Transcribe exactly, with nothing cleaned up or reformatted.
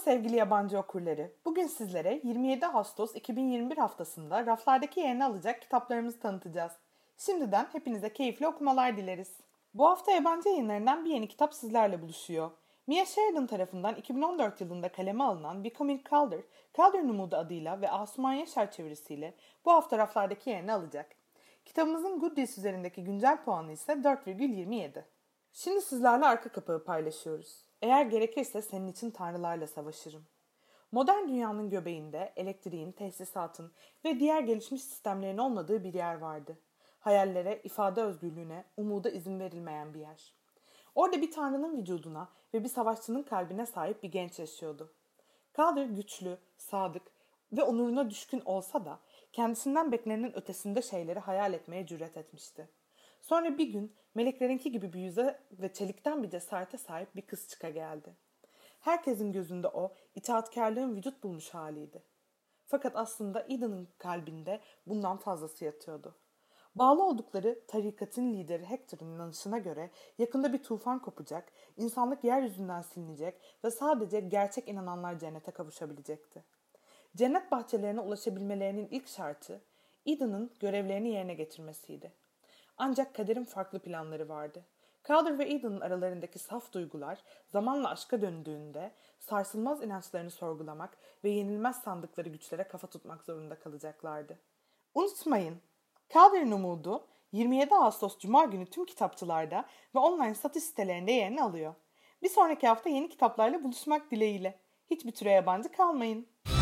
sevgili yabancı okurları. Bugün sizlere yirmi yedi Ağustos iki bin yirmi bir haftasında raflardaki yerini alacak kitaplarımızı tanıtacağız. Şimdiden hepinize keyifli okumalar dileriz. Bu hafta yabancı yayınlarından bir yeni kitap sizlerle buluşuyor. Mia Sheridan tarafından iki bin on dört yılında kaleme alınan Becoming Calder, Calder'ın Umudu adıyla ve Asuman Yaşar çevirisiyle bu hafta raflardaki yerini alacak. Kitabımızın Goodreads üzerindeki güncel puanı ise dört virgül yirmi yedi. Şimdi sizlerle arka kapağı paylaşıyoruz. Eğer gerekirse senin için tanrılarla savaşırım. Modern dünyanın göbeğinde elektriğin, tesisatın ve diğer gelişmiş sistemlerin olmadığı bir yer vardı. Hayallere, ifade özgürlüğüne, umuda izin verilmeyen bir yer. Orada bir tanrının vücuduna ve bir savaşçının kalbine sahip bir genç yaşıyordu. Calder güçlü, sadık ve onuruna düşkün olsa da kendisinden beklenenin ötesinde şeyleri hayal etmeye cüret etmişti. Sonra bir gün meleklerinki gibi bir yüze ve çelikten bir cesarete sahip bir kız çıka geldi. Herkesin gözünde o itaatkarlığın vücut bulmuş haliydi. Fakat aslında Eden'ın kalbinde bundan fazlası yatıyordu. Bağlı oldukları tarikatın lideri Hector'ın inanışına göre yakında bir tufan kopacak, insanlık yeryüzünden silinecek ve sadece gerçek inananlar cennete kavuşabilecekti. Cennet bahçelerine ulaşabilmelerinin ilk şartı Eden'ın görevlerini yerine getirmesiydi. Ancak kaderin farklı planları vardı. Calder ve Eden'ın aralarındaki saf duygular zamanla aşka döndüğünde sarsılmaz inançlarını sorgulamak ve yenilmez sandıkları güçlere kafa tutmak zorunda kalacaklardı. Unutmayın, Calder'ın Umudu yirmi yedi Ağustos Cuma günü tüm kitapçılarda ve online satış sitelerinde yerini alıyor. Bir sonraki hafta yeni kitaplarla buluşmak dileğiyle. Hiçbir türe yabancı kalmayın.